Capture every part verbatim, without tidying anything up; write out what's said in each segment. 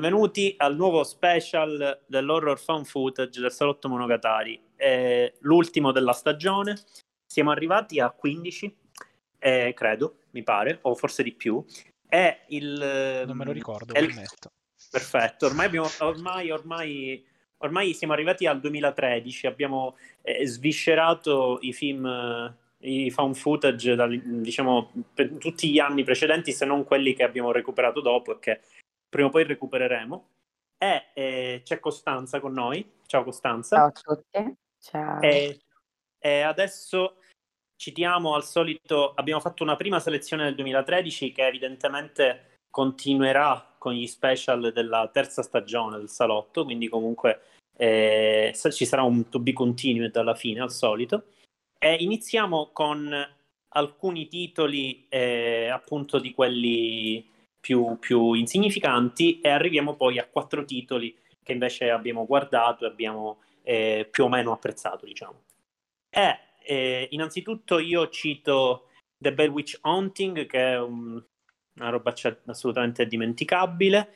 benvenuti al nuovo special dell'horror found footage del Salotto Monogatari. È l'ultimo della stagione, siamo arrivati a quindici, eh, credo, mi pare, o forse di più. È il... Non me lo ricordo, è lo il- ammetto. Perfetto, ormai, abbiamo, ormai, ormai, ormai siamo arrivati al duemilatredici, abbiamo eh, sviscerato i film, eh, i found footage, dal- diciamo, per tutti gli anni precedenti, se non quelli che abbiamo recuperato dopo e che prima o poi recupereremo. E eh, c'è Costanza con noi. Ciao Ciao Costanza. a tutti, ciao. E, e adesso citiamo al solito, abbiamo fatto una prima selezione del duemilatredici che evidentemente continuerà con gli special della terza stagione del Salotto, quindi comunque eh, ci sarà un to be continued alla fine, al solito. E iniziamo con alcuni titoli eh, appunto di quelli più, più insignificanti e arriviamo poi a quattro titoli che invece abbiamo guardato e abbiamo eh, più o meno apprezzato, diciamo. E eh, innanzitutto io cito The Bell Witch Haunting, che è un- una roba assolutamente dimenticabile,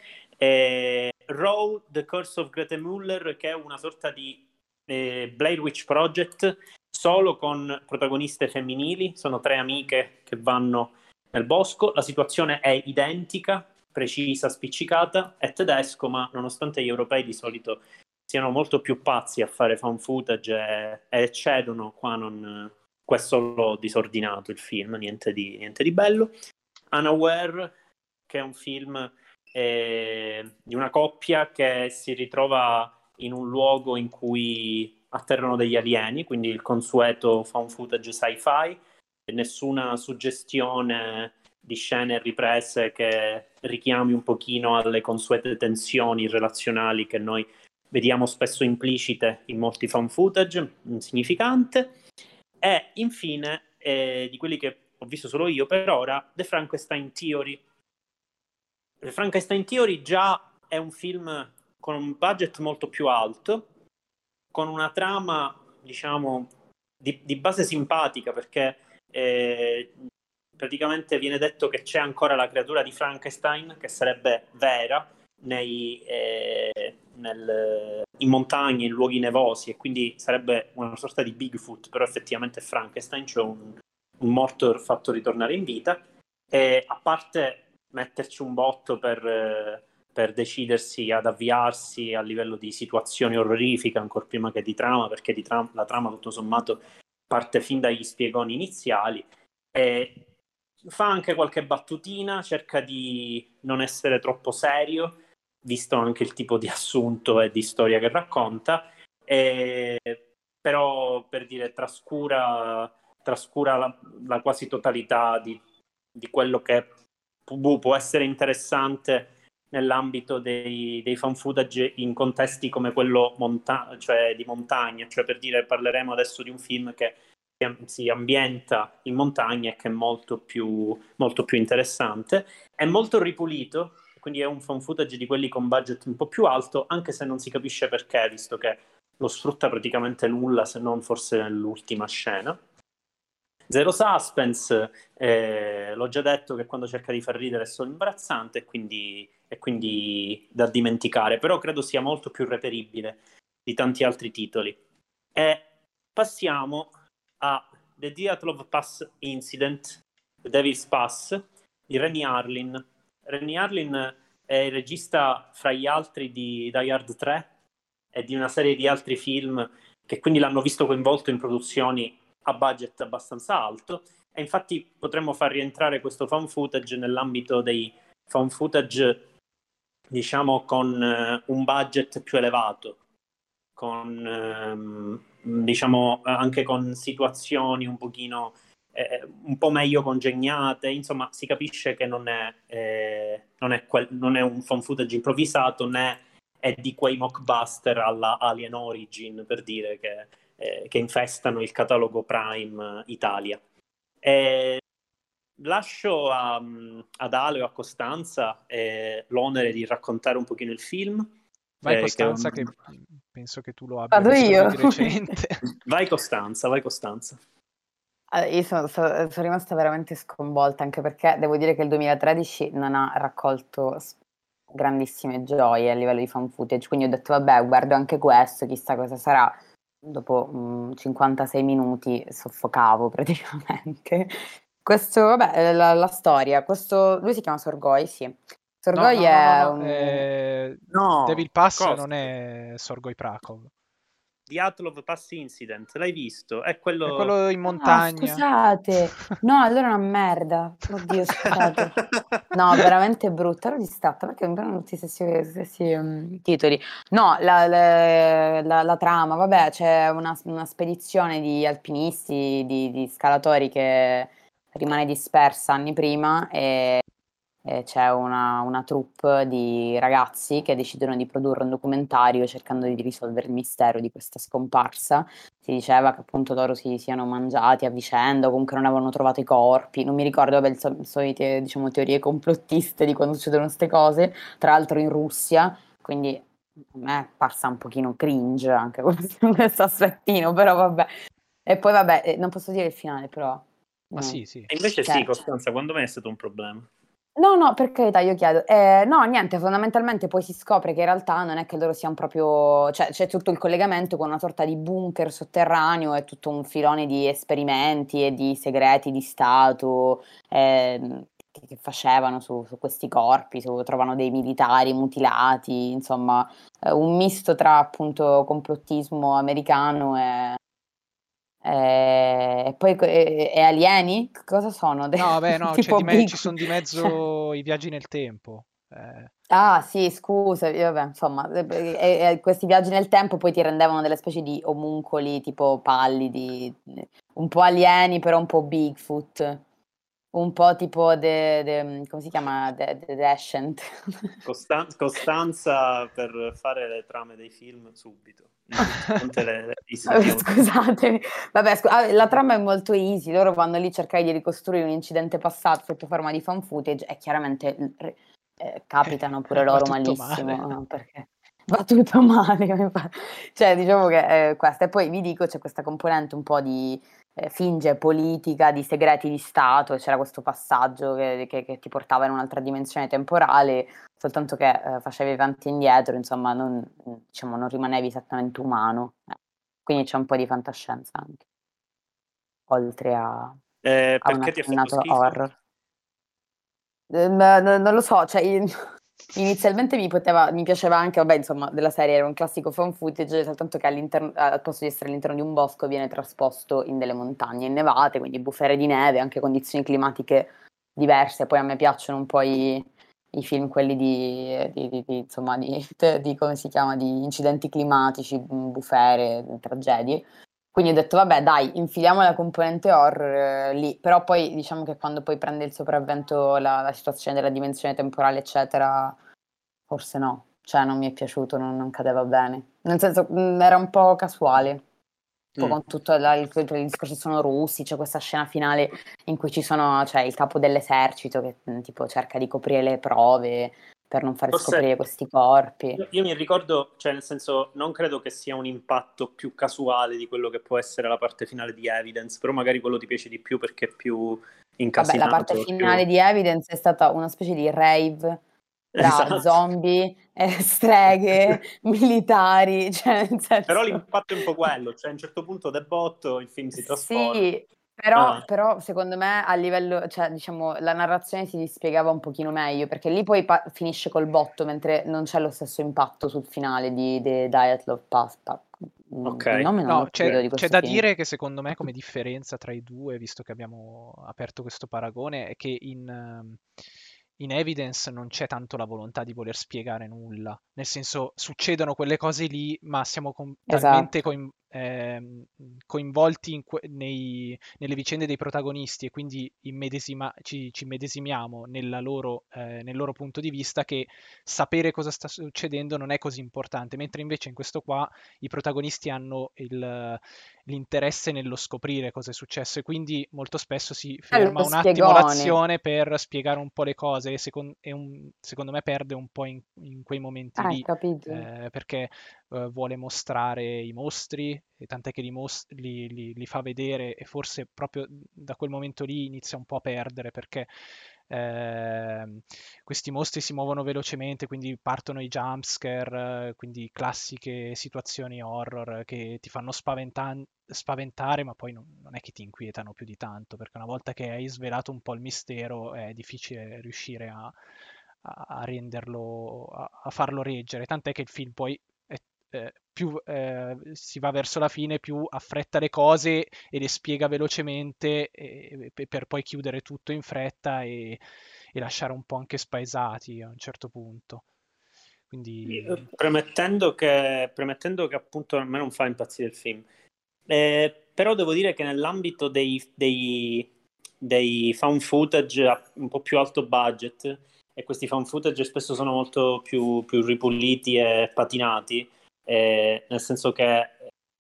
e Raw, The Curse of Grete Muller, che è una sorta di eh, Blair Witch Project, solo con protagoniste femminili, sono tre amiche che vanno nel bosco, la situazione è identica, precisa, spiccicata, è tedesco, ma nonostante gli europei di solito siano molto più pazzi a fare fan footage e, e eccedono, qua non, qua è solo disordinato il film, niente di, niente di bello. Unaware, che è un film eh, di una coppia che si ritrova in un luogo in cui atterrano degli alieni, quindi il consueto found footage sci-fi, nessuna suggestione di scene riprese che richiami un pochino alle consuete tensioni relazionali che noi vediamo spesso implicite in molti found footage, insignificante. E infine, eh, di quelli che ho visto solo io per ora, The Frankenstein Theory. The Frankenstein Theory già è un film con un budget molto più alto, con una trama, diciamo, di, di base simpatica, perché eh, praticamente viene detto che c'è ancora la creatura di Frankenstein, che sarebbe vera, nei, eh, nel, in montagne, in luoghi nevosi, e quindi sarebbe una sorta di Bigfoot, però effettivamente è Frankenstein, cioè un, un morto fatto ritornare in vita. E a parte metterci un botto per, eh, per decidersi ad avviarsi a livello di situazioni orrorifiche, ancora prima che di trama, perché di tra- la trama tutto sommato parte fin dagli spiegoni iniziali, e fa anche qualche battutina, cerca di non essere troppo serio, visto anche il tipo di assunto e di storia che racconta, e, però per dire trascura, trascura la, la quasi totalità di, di quello che può, può essere interessante nell'ambito dei, dei fan footage in contesti come quello monta- cioè di montagna, cioè per dire parleremo adesso di un film che si ambienta in montagna e che è molto più, molto più interessante, è molto ripulito, quindi è un fan footage di quelli con budget un po' più alto, anche se non si capisce perché, visto che lo sfrutta praticamente nulla, se non forse nell'ultima scena. Zero suspense, eh, l'ho già detto che quando cerca di far ridere è solo imbarazzante e quindi, e quindi da dimenticare, però credo sia molto più reperibile di tanti altri titoli. E passiamo a The Dyatlov Pass Incident, The Devil's Pass di Renny Harlin. Renny Harlin è il regista fra gli altri di Die Hard tre e di una serie di altri film che quindi l'hanno visto coinvolto in produzioni a budget abbastanza alto, e infatti potremmo far rientrare questo found footage nell'ambito dei found footage, diciamo, con eh, un budget più elevato, con ehm, diciamo anche con situazioni un pochino eh, un po' meglio congegnate, insomma si capisce che non è, eh, non è, quel, non è un found footage improvvisato, né è di quei mockbuster alla Alien Origin, per dire, che, eh, che infestano il catalogo Prime Italia. E lascio a, ad Ale o a Costanza eh, l'onere di raccontare un pochino il film. Vai eh, Costanza, che... che penso che tu lo abbia Vado visto io. più di recente. Vai Costanza, vai Costanza. Allora, io sono, sono- rimasta veramente sconvolta, anche perché devo dire che il duemilatredici non ha raccolto s- grandissime gioie a livello di fan footage, quindi ho detto vabbè, guardo anche questo, chissà cosa sarà. Dopo mh, cinquantasei minuti soffocavo praticamente. Questo, vabbè, è la, la storia, questo, lui si chiama Sorgoi, sì. No, Sorgoi no, no, no, è no. un... eh, No, Devil Pass cosa? non è Sorgoi Prakov. The Atlov Pass Incident, l'hai visto? È È quello... quello in Ah, montagna. scusate. No, allora è una merda. Oddio, scusate. No, veramente brutta. Ero distratta perché mi prendono tutti gli stessi, stessi, um, titoli. No, la, la- la- la trama, vabbè, c'è una, una spedizione di alpinisti, di, di scalatori che rimane dispersa anni prima e, e c'è una, una troupe di ragazzi che decidono di produrre un documentario cercando di risolvere il mistero di questa scomparsa. Si diceva che appunto loro si siano mangiati a vicenda, o comunque non avevano trovato i corpi, non mi ricordo, vabbè, le so- solite, diciamo, teorie complottiste di quando succedono queste cose, tra l'altro in Russia, quindi a me è parsa un pochino cringe anche questo, questo aspettino, però vabbè. E poi vabbè, eh, non posso dire il finale, però... Ma mm, sì, sì. E invece cioè, sì, Costanza, quando me è stato un problema? no, no, per carità, io chiedo. Eh, no, niente, fondamentalmente poi si scopre che in realtà non è che loro siano proprio... Cioè, c'è tutto il collegamento con una sorta di bunker sotterraneo e tutto un filone di esperimenti e di segreti di Stato ehm, che, che facevano su, su questi corpi, su- trovano dei militari mutilati, insomma, eh, un misto tra appunto complottismo americano e... E poi e, e alieni? Cosa sono? No, vabbè, no, c'è Tipo di me- ci Bigfoot? sono di Cioè... mezzo i viaggi nel tempo. Eh, Ah sì, scusa, io, vabbè, insomma, e- e- e questi viaggi nel tempo poi ti rendevano delle specie di omuncoli tipo pallidi, un po' alieni, però un po' Bigfoot, un po' tipo de, de- come si chiama? The, the Descent. Costan- Costanza per fare le trame dei film subito, nonostante le, le Vabbè, istituzioni. scusatemi, vabbè, scu- ah, la trama è molto easy, loro vanno lì a cercare di ricostruire un incidente passato sotto forma di fan footage e chiaramente eh, capitano pure Va loro tutto male. malissimo, eh, perché va tutto male, mi fa- cioè diciamo che è questa. E poi vi dico, c'è questa componente un po' di eh, finge politica, di segreti di Stato, e c'era questo passaggio che, che- che ti portava in un'altra dimensione temporale, soltanto che eh, facevi avanti e indietro, insomma, non, diciamo, non rimanevi esattamente umano. eh. Quindi c'è un po' di fantascienza anche, oltre a, Eh, a un perché ti è fatto accennato schifo? horror. Eh, ma no- non lo so, cioè, in- inizialmente mi poteva, mi piaceva anche, vabbè, insomma, della serie era un classico fan footage, soltanto che all'interno, al posto di essere all'interno di un bosco viene trasposto in delle montagne innevate, quindi bufere di neve, anche condizioni climatiche diverse. Poi a me piacciono un po' i, i film, quelli di, di- di- di, insomma, di, di, come si chiama, di incidenti climatici, bufere, tragedie. Quindi ho detto, vabbè, dai, infiliamo la componente horror eh, lì, però poi diciamo che quando poi prende il sopravvento la, la situazione della dimensione temporale, eccetera, forse no, cioè non mi è piaciuto, non, non cadeva bene. Nel senso, mh, era un po' casuale, un po' Mm. con tutto la- il, il discorso sono russi, c'è questa scena finale in cui ci sono, cioè il capo dell'esercito che mh, tipo cerca di coprire le prove per non far Forse scoprire questi corpi. io, io mi ricordo, cioè nel senso, non credo che sia un impatto più casuale di quello che può essere la parte finale di Evidence, però magari quello ti piace di più perché è più Vabbè, la parte incasinato, più... finale di Evidence è stata una specie di rave tra Esatto. zombie, eh, streghe, militari, cioè nel Però senso... l'impatto è un po' quello, cioè a un certo punto debotto il film si trasforma. Sì, però, Ah, però secondo me a livello, cioè diciamo, la narrazione si dispiegava un pochino meglio, perché lì poi pa- finisce col botto, mentre non c'è lo stesso impatto sul finale di The Diet Love Pasta. Mm, ok. il nome non No, lo c'è credo di c'è questo da film. dire che secondo me come differenza tra i due, visto che abbiamo aperto questo paragone, è che in, ehm, in Evidence non c'è tanto la volontà di voler spiegare nulla. Nel senso, succedono quelle cose lì, ma siamo com- talmente Esatto. coin- ehm, coinvolti in que- nei- nelle vicende dei protagonisti e quindi immedesima- ci, ci immedesimiamo nella loro, eh, nel loro punto di vista che sapere cosa sta succedendo non è così importante, mentre invece in questo qua i protagonisti hanno il- l'interesse nello scoprire cosa è successo e quindi molto spesso si È ferma lo un attimo spiegone. l'azione per spiegare un po' le cose e, secon- e un- secondo me perde un po' in, in quei momenti Ah, lì capito. eh, perché eh, vuole mostrare i mostri e tant'è che li, mos- li- li- li fa vedere e forse proprio da quel momento lì inizia un po' a perdere perché eh, questi mostri si muovono velocemente, quindi partono i jumpscare, eh, quindi classiche situazioni horror che ti fanno spaventa- spaventare, ma poi non, non è che ti inquietano più di tanto, perché una volta che hai svelato un po' il mistero è difficile riuscire a, a- a renderlo, a, a farlo reggere, tant'è che il film poi è- eh, più eh, si va verso la fine, più affretta le cose e le spiega velocemente e- e per poi chiudere tutto in fretta e, e lasciare un po' anche spaesati a un certo punto. Quindi Premettendo che, premettendo che appunto a me non fa impazzire il film. Eh, però devo dire che nell'ambito dei, dei, dei found footage a un po' più alto budget, e questi found footage spesso sono molto più, più ripuliti e patinati, eh, nel senso che eh,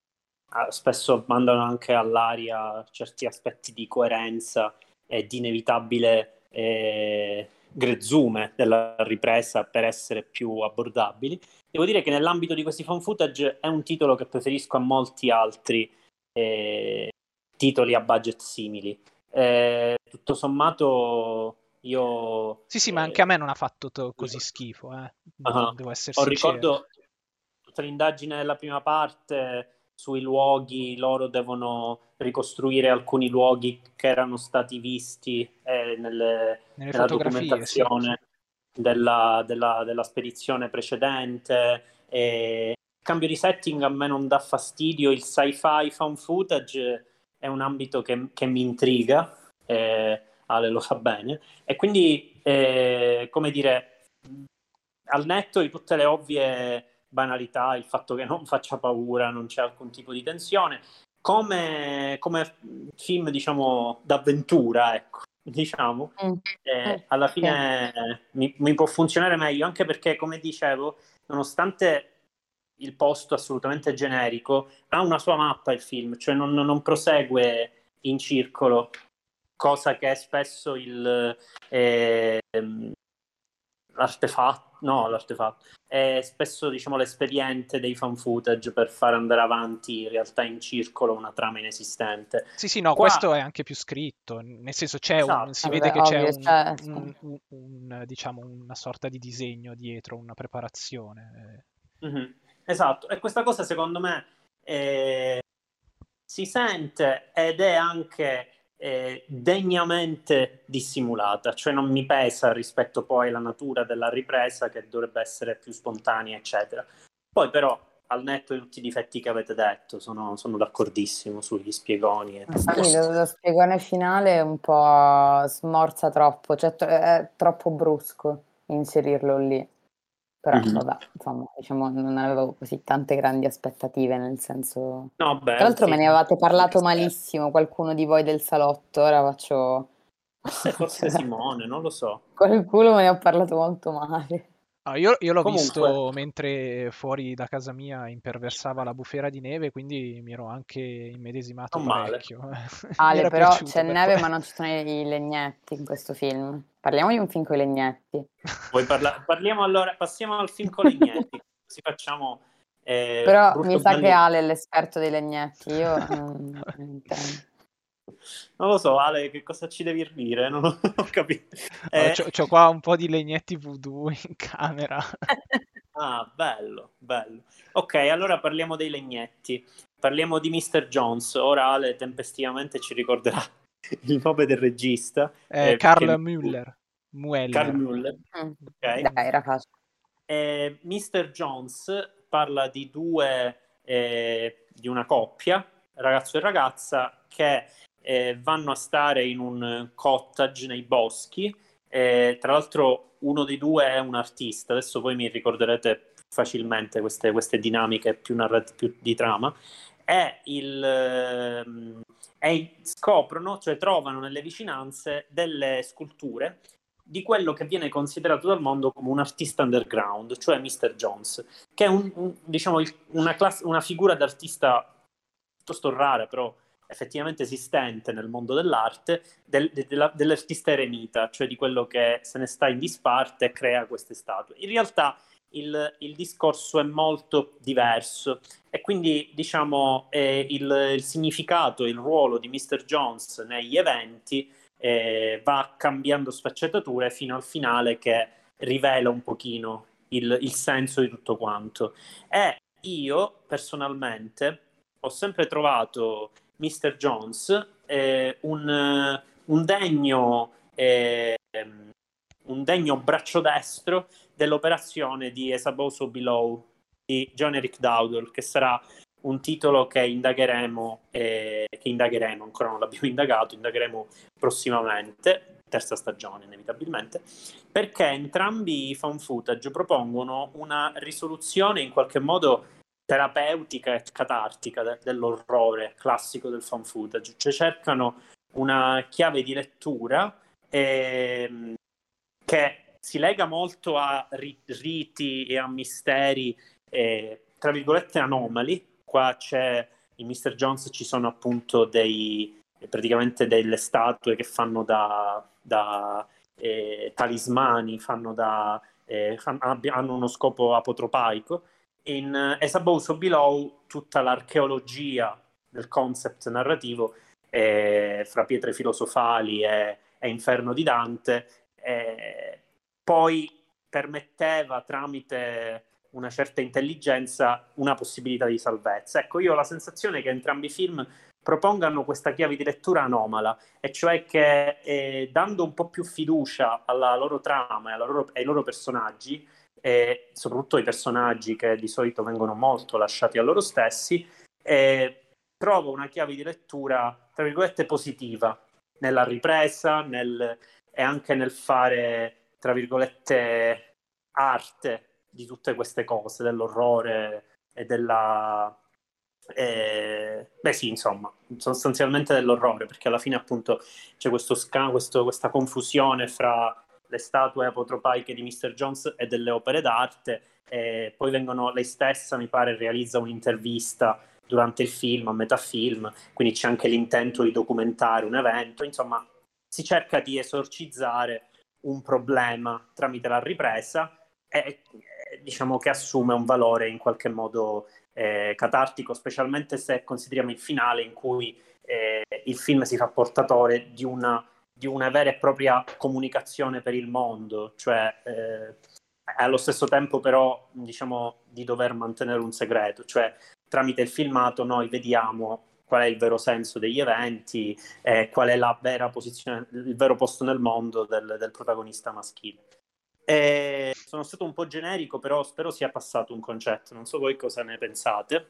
spesso mandano anche all'aria certi aspetti di coerenza e di inevitabile eh, grezzume della ripresa per essere più abbordabili. Devo dire che nell'ambito di questi found footage è un titolo che preferisco a molti altri eh, titoli a budget simili. Eh, tutto sommato io sì, sì, ma anche a eh, me non ha fatto to- così schifo, eh. uh-huh. Devo essere Ho sincero. ricordo tutta l'indagine della prima parte sui luoghi, loro devono ricostruire alcuni luoghi che erano stati visti eh, nelle- Nelle nella fotografie, sì. documentazione della, della- della spedizione precedente. E il cambio di setting a me non dà fastidio, il sci-fi found footage è un ambito che, che mi intriga, eh, Ale lo sa bene, e quindi, eh, come dire, al netto di tutte le ovvie banalità, il fatto che non faccia paura, non c'è alcun tipo di tensione, come, come film, diciamo, d'avventura, ecco, diciamo, Mm. eh, Mm, alla sì. fine eh, mi, mi può funzionare meglio, anche perché, come dicevo, nonostante il posto assolutamente generico, ha una sua mappa il film, cioè non, non prosegue in circolo, cosa che è spesso il, eh, l'artefatto, no, l'artefatto, è spesso diciamo l'espediente dei fan footage per far andare avanti in realtà in circolo una trama inesistente. Sì, sì, no, Qua, questo è anche più scritto, nel senso c'è un, si vede Vabbè, che c'è ovvio, un, cioè, un- un- un, diciamo, una sorta di disegno dietro, una preparazione. mhm, esatto, e questa cosa secondo me eh, si sente ed è anche eh, degnamente dissimulata, cioè non mi pesa rispetto poi alla natura della ripresa che dovrebbe essere più spontanea, eccetera. Poi però, al netto di tutti i difetti che avete detto, sono, sono d'accordissimo sugli spiegoni. E tutto. Infatti lo, lo spiegone finale un po' smorza troppo, cioè tro- è troppo brusco inserirlo lì. Però Mhm. vabbè, insomma, diciamo, non avevo così tante grandi aspettative, nel senso... No, beh, è Tra un l'altro me ne film. avevate parlato malissimo, qualcuno di voi del salotto, ora faccio... Forse, forse Simone, non lo so. Qualcuno me ne ha parlato molto male. Ah, io, io l'ho Comunque, visto mentre fuori da casa mia imperversava la bufera di neve, quindi mi ero anche immedesimato non male. parecchio. Mi Ale, era però c'è piaciuto per neve ma quello. non ci sono i legnetti in questo film. Parliamo di un film con i legnetti. Vuoi parla- Parliamo allora, passiamo al film con Legnetti, così facciamo eh, Però mi brutto sa che bello. Ale è l'esperto dei legnetti, io non, non intendo. Non lo so, Ale, che cosa ci devi dire? Non ho, ho capito. Allora, Eh, c'ho, c'ho qua un po' di legnetti voodoo in camera. ah, bello, bello. Ok, allora parliamo dei legnetti. Parliamo di mister Jones. Ora Ale tempestivamente ci ricorderà il nome del regista, Eh, eh, perché Carl Müller. Carl Mueller. Müller. Mm, Ok. Dai, era facile. Eh, mister Jones parla di due, eh, di una coppia, ragazzo e ragazza, che eh, vanno a stare in un cottage nei boschi. Eh, tra l'altro, uno dei due è un artista. Adesso voi mi ricorderete facilmente queste, queste dinamiche più, narrat- più di trama. E, il, ehm, e scoprono, cioè trovano nelle vicinanze delle sculture di quello che viene considerato dal mondo come un artista underground, cioè mister Jones, che è un, un, diciamo, una, class- una figura d'artista piuttosto rara, però effettivamente esistente nel mondo dell'arte, del, de, della, dell'artista eremita, cioè di quello che se ne sta in disparte e crea queste statue. In realtà il, il discorso è molto diverso e quindi diciamo eh, il, il significato, il ruolo di mister Jones negli eventi eh, va cambiando sfaccettature fino al finale che rivela un pochino il, il senso di tutto quanto. E io personalmente ho sempre trovato mister Jones eh, un, un degno eh, un degno braccio destro dell'operazione di As Above So Below di John Eric Dowdle, che sarà un titolo che indagheremo, eh, che indagheremo, ancora non l'abbiamo indagato, indagheremo prossimamente, terza stagione inevitabilmente, perché entrambi i found footage propongono una risoluzione in qualche modo terapeutica e catartica de- dell'orrore classico del found footage, cioè cercano una chiave di lettura ehm, che si lega molto a ri- riti e a misteri eh, tra virgolette anomali. Qua c'è in mister Jones ci sono appunto dei praticamente delle statue che fanno da, da eh, talismani, fanno da eh, fan- abbi- hanno uno scopo apotropaico. In uh, As Above So Below tutta l'archeologia del concept narrativo eh, fra pietre filosofali e, e Inferno di Dante eh, poi permetteva tramite una certa intelligenza una possibilità di salvezza. Ecco, io ho la sensazione che entrambi i film propongano questa chiave di lettura anomala, e cioè che eh, dando un po' più fiducia alla loro trama e alla loro, ai loro personaggi, e soprattutto ai personaggi che di solito vengono molto lasciati a loro stessi, eh, trovo una chiave di lettura, tra virgolette, positiva nella ripresa nel, e anche nel fare, tra virgolette, arte di tutte queste cose, dell'orrore e della... Eh, beh sì, insomma, sostanzialmente dell'orrore, perché alla fine appunto c'è questo sca- questo, questa confusione fra le statue apotropaiche di mister Jones e delle opere d'arte, e poi vengono, lei stessa mi pare realizza un'intervista durante il film, a metà film, quindi c'è anche l'intento di documentare un evento, insomma si cerca di esorcizzare un problema tramite la ripresa e eh, diciamo che assume un valore in qualche modo eh, catartico, specialmente se consideriamo il finale in cui eh, il film si fa portatore di una, di una vera e propria comunicazione per il mondo, cioè eh, allo stesso tempo però diciamo di dover mantenere un segreto, cioè tramite il filmato noi vediamo qual è il vero senso degli eventi, eh, qual è la vera posizione, il vero posto nel mondo del, del protagonista maschile. E sono stato un po' generico, però spero sia passato un concetto. Non so voi cosa ne pensate.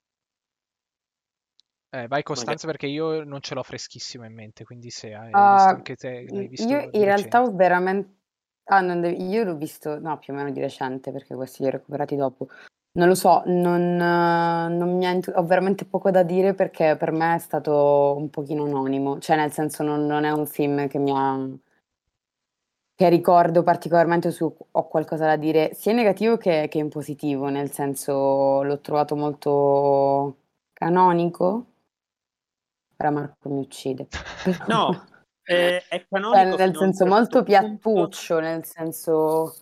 Eh, vai Costanza, Magari. perché io non ce l'ho freschissimo in mente, quindi se hai visto Uh, anche te, l'hai io visto di in realtà recente. ho veramente... Ah, non devi- io l'ho visto, no, più o meno di recente, perché questi li ho recuperati dopo. Non lo so, non, eh, non mi ha entu- ho veramente poco da dire perché per me è stato un pochino anonimo, cioè nel senso non, non è un film che mi ha... che ricordo particolarmente su ho qualcosa da dire, sia in negativo che, che in positivo, nel senso l'ho trovato molto canonico. Ora Marco mi uccide. No, eh, è Cioè, canonico nel fino a un senso certo molto punto, piattuccio, nel senso...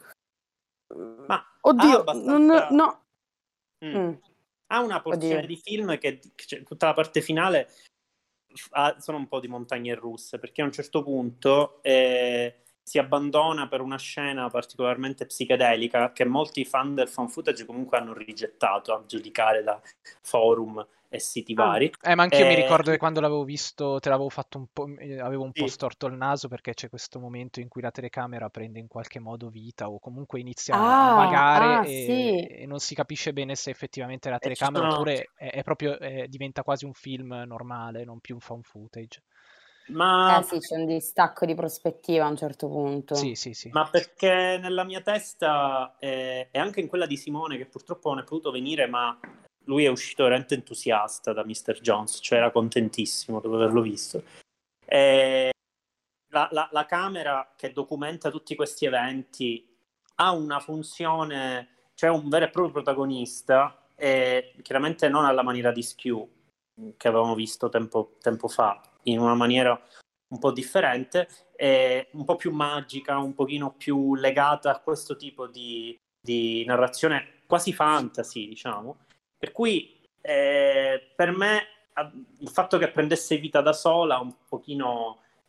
ma ha Oddio, non, abbastanza... no. Mm. Mm, Ha una porzione oddio. di film che, cioè, tutta la parte finale ha- sono un po' di montagne russe, perché a un certo punto eh, si abbandona per una scena particolarmente psichedelica che molti fan del fan footage comunque hanno rigettato, a giudicare da forum e siti Ah, vari. Eh, ma anch'io mi Eh, ricordo che quando l'avevo visto te l'avevo fatto un po', eh, avevo un po' sì, storto il naso perché c'è questo momento in cui la telecamera prende in qualche modo vita o comunque inizia a ah, vagare ah, e, sì. e non si capisce bene se effettivamente è la e ci telecamera sono... oppure è, è proprio, eh, diventa quasi un film normale, non più un found footage. Eh Ma sì, c'è un distacco di prospettiva a un certo Sì, punto. sì, sì. Ma perché nella mia testa eh, e anche in quella di Simone, che purtroppo non è potuto venire, ma lui è uscito veramente entusiasta da mister Jones, cioè era contentissimo dopo averlo visto. E la, la- la camera che documenta tutti questi eventi ha una funzione, cioè un vero e proprio protagonista, e chiaramente non alla maniera di Skew, che avevamo visto tempo, tempo fa, in una maniera un po' differente, e un po' più magica, un pochino più legata a questo tipo di, di narrazione quasi fantasy, diciamo. Per cui eh, per me il fatto che prendesse vita da sola un pochino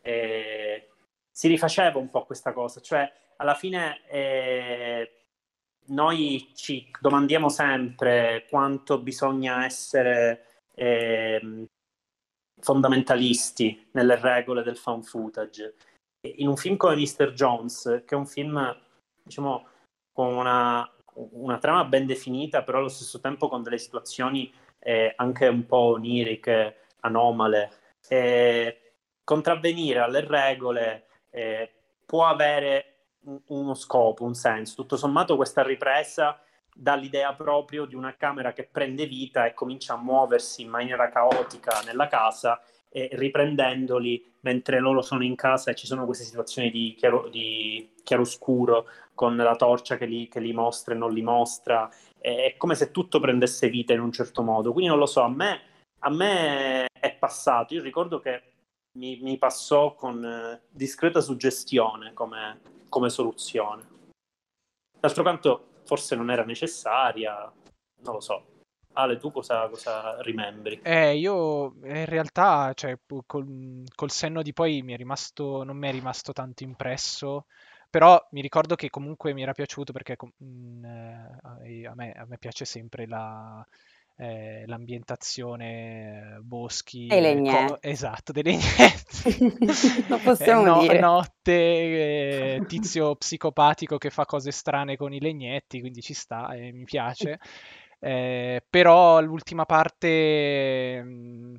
eh, si rifaceva un po' questa cosa, cioè alla fine eh, noi ci domandiamo sempre quanto bisogna essere eh, fondamentalisti nelle regole del found footage. In un film come mister Jones, che è un film, diciamo, con una, una trama ben definita, però allo stesso tempo con delle situazioni eh, anche un po' oniriche, anomale, eh, contravvenire alle regole eh, può avere un, uno scopo, un senso. Tutto sommato questa ripresa dà l'idea proprio di una camera che prende vita e comincia a muoversi in maniera caotica nella casa, e riprendendoli mentre loro sono in casa e ci sono queste situazioni di, chiaro, di chiaroscuro con la torcia che li, che li mostra e non li mostra. È come se tutto prendesse vita in un certo modo. Quindi non lo so, a me, a me è passato. Io ricordo che mi, mi passò con eh, discreta suggestione come, come soluzione. D'altro canto forse non era necessaria, non lo so. Ale, tu cosa, cosa rimembri? Eh, io in realtà, cioè, pu- col, col senno di poi mi è rimasto, non mi è rimasto tanto impresso, però mi ricordo che comunque mi era piaciuto perché com- mh, eh, a me, a me piace sempre la, eh, l'ambientazione, eh, E boschi, e co- legnette. esatto, dei legnetti. Lo Eh, possiamo no- dire. notte, eh, tizio psicopatico che fa cose strane con i legnetti, quindi ci sta e mi piace. Eh, però l'ultima parte mh,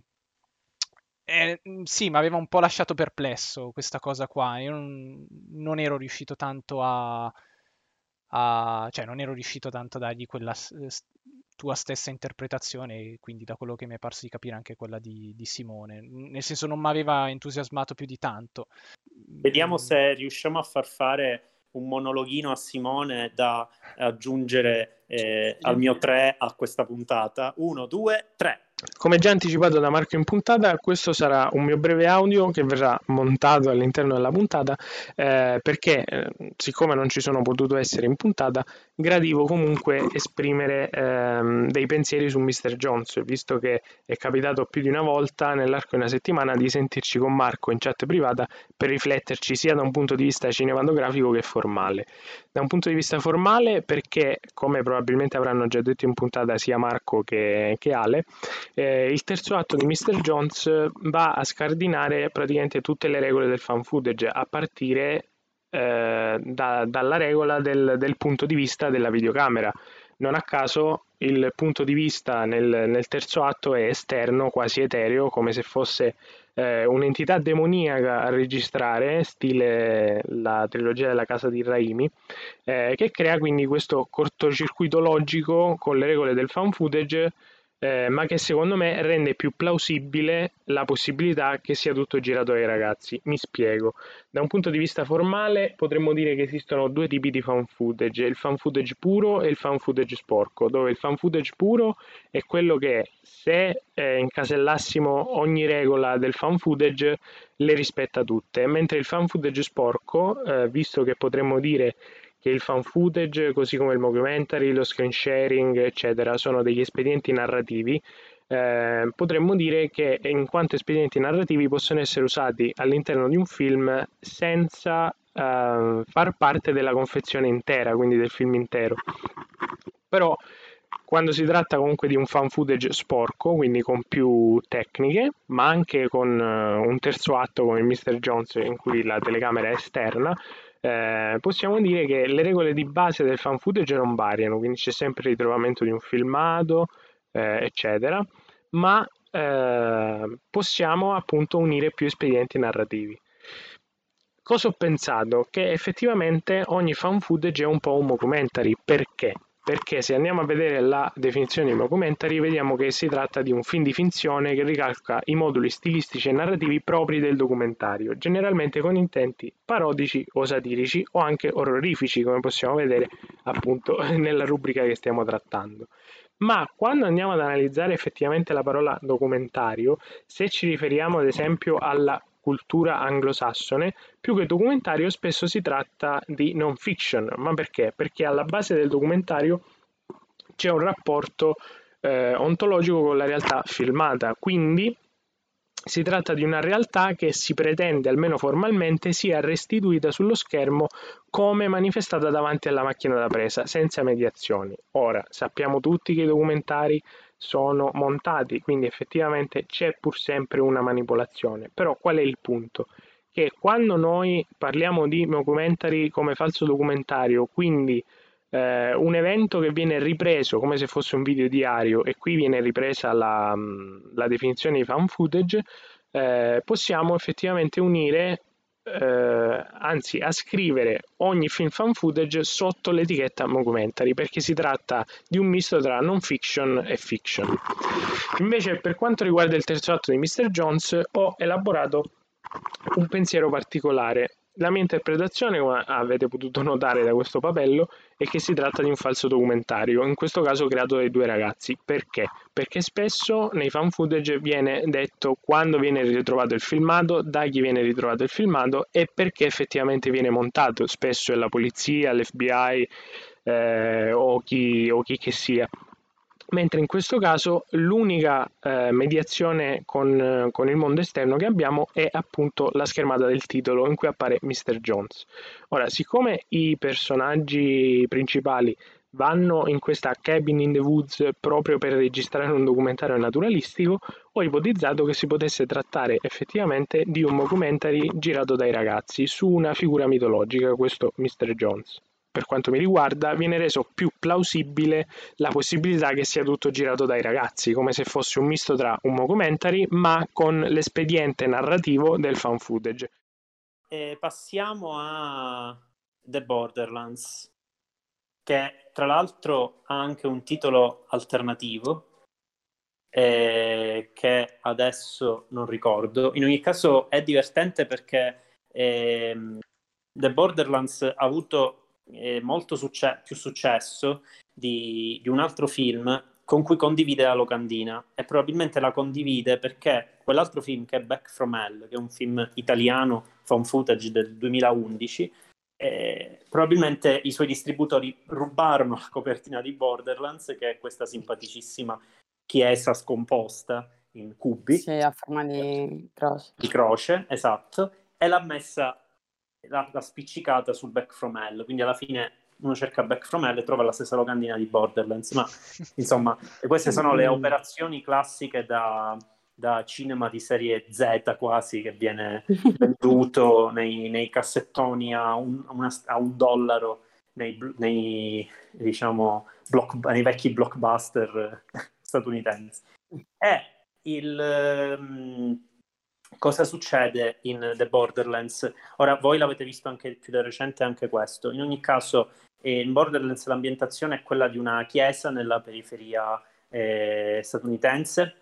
eh, mh, sì, mi aveva un po' lasciato perplesso questa cosa qua. Io non, non ero riuscito tanto a, a- cioè non ero riuscito tanto a dargli quella s- s- tua stessa interpretazione, e quindi da quello che mi è parso di capire anche quella di, di Simone. Nel senso non mi aveva entusiasmato più di tanto. Vediamo Mm, se riusciamo a far fare un monologhino a Simone da aggiungere eh, al mio tre a questa puntata. Uno, due, tre. Come già anticipato da Marco in puntata, questo sarà un mio breve audio che verrà montato all'interno della puntata eh, perché, eh, siccome non ci sono potuto essere in puntata, gradivo comunque esprimere ehm, dei pensieri su mister Jones, visto che è capitato più di una volta nell'arco di una settimana di sentirci con Marco in chat privata per rifletterci sia da un punto di vista cinematografico che formale. Da un punto di vista formale perché, come probabilmente avranno già detto in puntata sia Marco che, che Ale, eh, il terzo atto di mister Jones va a scardinare praticamente tutte le regole del fan footage, a partire eh, da, dalla regola del, del punto di vista della videocamera. Non a caso il punto di vista nel, nel terzo atto è esterno, quasi etereo, come se fosse eh, un'entità demoniaca a registrare, stile la trilogia della casa di Raimi, eh, che crea quindi questo cortocircuito logico con le regole del fan footage, eh, ma che secondo me rende più plausibile la possibilità che sia tutto girato ai ragazzi. Mi spiego. Da un punto di vista formale potremmo dire che esistono due tipi di fan footage, il fan footage puro e il fan footage sporco, dove il fan footage puro è quello che, se eh, incasellassimo ogni regola del fan footage, le rispetta tutte, mentre il fan footage sporco, eh, visto che potremmo dire che il fan footage, così come il mockumentary, lo screen sharing, eccetera, sono degli espedienti narrativi, eh, potremmo dire che in quanto espedienti narrativi possono essere usati all'interno di un film senza eh, far parte della confezione intera, quindi del film intero. Però quando si tratta comunque di un fan footage sporco, quindi con più tecniche, ma anche con uh, un terzo atto come il mister Jones in cui la telecamera è esterna, eh, possiamo dire che le regole di base del fan footage non variano, quindi c'è sempre il ritrovamento di un filmato, eh, eccetera, ma eh, possiamo appunto unire più espedienti narrativi. Cosa ho pensato? Che effettivamente ogni fan footage è un po' un mockumentary. Perché? Perché se andiamo a vedere la definizione di mockumentary vediamo che si tratta di un film di finzione che ricalca i moduli stilistici e narrativi propri del documentario, generalmente con intenti parodici o satirici o anche orrorifici, come possiamo vedere appunto nella rubrica che stiamo trattando. Ma quando andiamo ad analizzare effettivamente la parola documentario, se ci riferiamo ad esempio alla cultura anglosassone, più che documentario spesso si tratta di non fiction. Ma perché? Perché alla base del documentario c'è un rapporto eh, ontologico con la realtà filmata, quindi Si tratta di una realtà che si pretende, almeno formalmente, sia restituita sullo schermo come manifestata davanti alla macchina da presa, senza mediazioni. Ora, sappiamo tutti che i documentari sono montati, quindi effettivamente c'è pur sempre una manipolazione. Però qual è il punto? Che quando noi parliamo di documentari come falso documentario, quindi eh, un evento che viene ripreso come se fosse un video diario, e qui viene ripresa la, la definizione di fan footage, eh, possiamo effettivamente unire, eh, anzi ascrivere ogni film fan footage sotto l'etichetta documentary, perché si tratta di un misto tra non fiction e fiction. Invece, per quanto riguarda il terzo atto di mister Jones, ho elaborato un pensiero particolare. La mia interpretazione, come avete potuto notare da questo papello, è che si tratta di un falso documentario, in questo caso creato dai due ragazzi. Perché? Perché spesso nei fan footage viene detto quando viene ritrovato il filmato, da chi viene ritrovato il filmato e perché effettivamente viene montato. Spesso è la polizia, l'F B I eh, o, chi, o chi che sia. Mentre in questo caso l'unica eh, mediazione con, con il mondo esterno che abbiamo è appunto la schermata del titolo in cui appare mister Jones. Ora, siccome i personaggi principali vanno in questa cabin in the woods proprio per registrare un documentario naturalistico, ho ipotizzato che si potesse trattare effettivamente di un documentary girato dai ragazzi su una figura mitologica, questo mister Jones. Per quanto mi riguarda, viene reso più plausibile la possibilità che sia tutto girato dai ragazzi, come se fosse un misto tra un documentary ma con l'espediente narrativo del fan footage. E passiamo a The Borderlands, che tra l'altro ha anche un titolo alternativo eh, che adesso non ricordo. In ogni caso è divertente perché ehm, The Borderlands ha avuto eh, molto succe- più successo di, di un altro film con cui condivide la locandina, e probabilmente la condivide perché quell'altro film, che è Back from Hell, che è un film italiano found footage del duemilaundici, eh, probabilmente i suoi distributori rubarono la copertina di Borderlands, che è questa simpaticissima chiesa scomposta in cubi, Sì, a forma di croce. di croce, esatto, e l'ha messa, l'ha, l'ha spiccicata sul Back from Hell, quindi alla fine uno cerca Back from Hell e trova la stessa locandina di Borderlands, ma insomma queste sono le operazioni classiche da, da cinema di serie Z quasi, che viene venduto nei, nei cassettoni a un, una, a un dollaro nei, nei, diciamo, block, nei vecchi blockbuster statunitensi. E il... Um, cosa succede in The Borderlands? Ora, voi l'avete visto anche più da recente, anche questo. In ogni caso, eh, in Borderlands l'ambientazione è quella di una chiesa nella periferia eh, statunitense,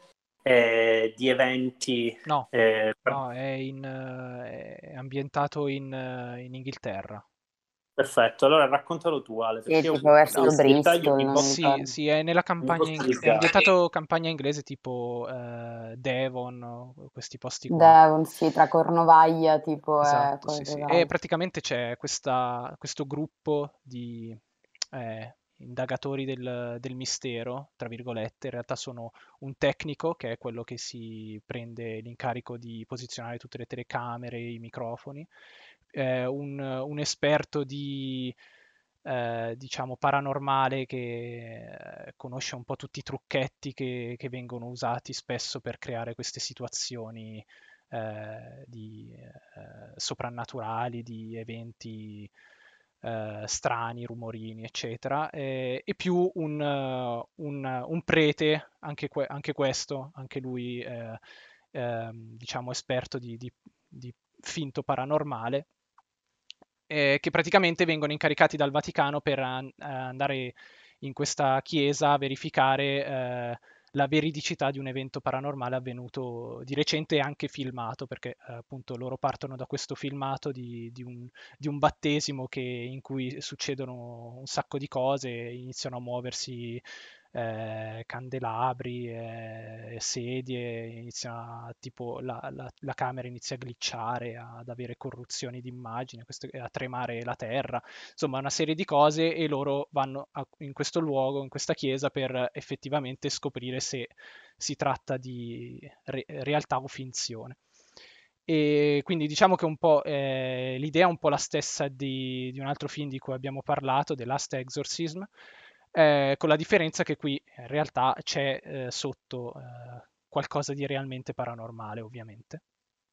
eh, di eventi... No, eh, no, è, in, eh, è ambientato in, eh, in Inghilterra. Perfetto, allora raccontalo tu, Ale, Sì, perché io tipo verso questi dettagli Bristol, mi non mi posso, Sì, ricordo. sì, è nella mi campagna, posso ing- è disgare. ambientato campagna inglese tipo eh, Devon, o questi posti qua. Devon, sì, tra Cornovaglia, tipo, e Esatto, sì, cose sì. E varie. praticamente c'è questa- questo gruppo di eh, indagatori del, del mistero, tra virgolette. In realtà sono un tecnico, che è quello che si prende l'incarico di posizionare tutte le telecamere, i microfoni, eh, un, un esperto di, eh, diciamo, paranormale, che eh, conosce un po' tutti i trucchetti che, che vengono usati spesso per creare queste situazioni eh, di, eh, soprannaturali, di eventi eh, strani, rumorini, eccetera, e, e più un, eh, un- un prete, anche, que- anche questo, anche lui, eh, ehm, diciamo, esperto di, di- di finto paranormale, eh, che praticamente vengono incaricati dal Vaticano per an- eh, andare in questa chiesa a verificare eh, la veridicità di un evento paranormale avvenuto di recente e anche filmato, perché eh, appunto loro partono da questo filmato di, di un, di un battesimo che- in cui succedono un sacco di cose, iniziano a muoversi eh, candelabri, eh, sedie, inizia tipo la, la- la camera inizia a glitchare, ad avere corruzioni di immagine, questo- a tremare la terra, insomma una serie di cose e loro vanno a- in questo luogo, in questa chiesa per effettivamente scoprire se si tratta di re- realtà o finzione. E quindi diciamo che un po', eh, l'idea è un po' la stessa di, di un altro film di cui abbiamo parlato, The Last Exorcism, eh, con la differenza che qui in realtà c'è eh, sotto eh, qualcosa di realmente paranormale, ovviamente.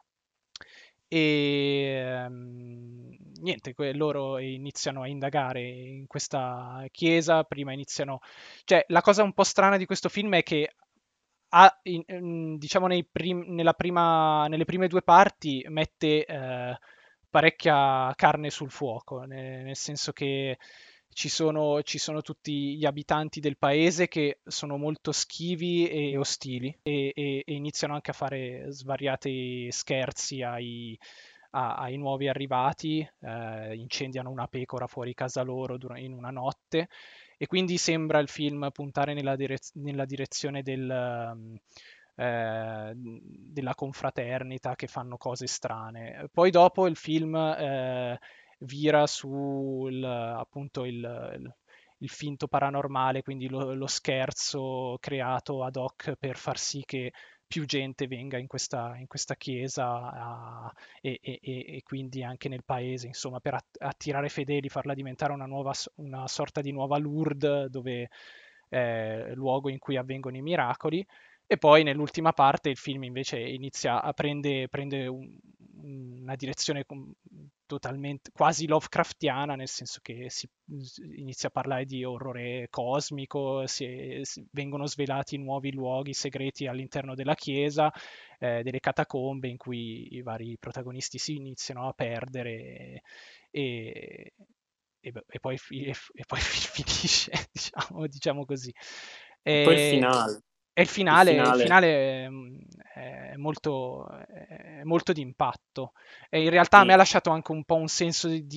E ehm, niente, que- loro iniziano a indagare in questa chiesa, prima iniziano... Cioè, la cosa un po' strana di questo film è che ha, in- in- diciamo, nei prim- nella prima- nelle prime due parti mette eh, parecchia carne sul fuoco, ne- nel senso che ci sono, ci sono tutti gli abitanti del paese che sono molto schivi e ostili e, e- e iniziano anche a fare svariati scherzi ai, a- ai nuovi arrivati, eh, incendiano una pecora fuori casa loro dura- in una notte e quindi sembra il film puntare nella, direz- nella direzione del, um, eh, della confraternita che fanno cose strane. Poi dopo il film eh, vira sul appunto il, il- il finto paranormale, quindi lo, lo scherzo creato ad hoc per far sì che più gente venga in questa, in questa chiesa a- e, e- e- e quindi anche nel paese, insomma, per att- attirare fedeli, farla diventare una, nuova, s- una sorta di nuova Lourdes, dove è luogo in cui avvengono i miracoli. E poi nell'ultima parte il film invece inizia a prende, prende un- una direzione com- totalmente quasi Lovecraftiana, nel senso che si inizia a parlare di orrore cosmico, si- si- vengono svelati nuovi luoghi segreti all'interno della chiesa, eh, delle catacombe in cui i vari protagonisti si iniziano a perdere e, e, e poi, fi- e, e poi finisce, diciamo, diciamo così. E poi il E, finale. e il Il finale, il finale. finale ehm, è molto, è molto d'impatto. E in realtà a me ha Sì. lasciato anche un po' un senso di,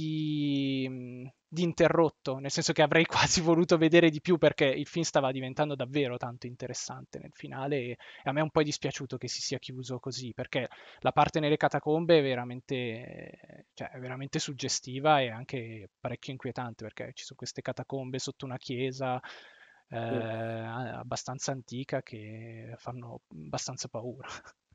di interrotto, nel senso che avrei quasi voluto vedere di più perché il film stava diventando davvero tanto interessante nel finale e a me è un po' dispiaciuto che si sia chiuso così, perché la parte nelle catacombe è veramente, cioè, è veramente suggestiva e anche parecchio inquietante, perché ci sono queste catacombe sotto una chiesa eh, Sì. abbastanza antica che fanno abbastanza paura.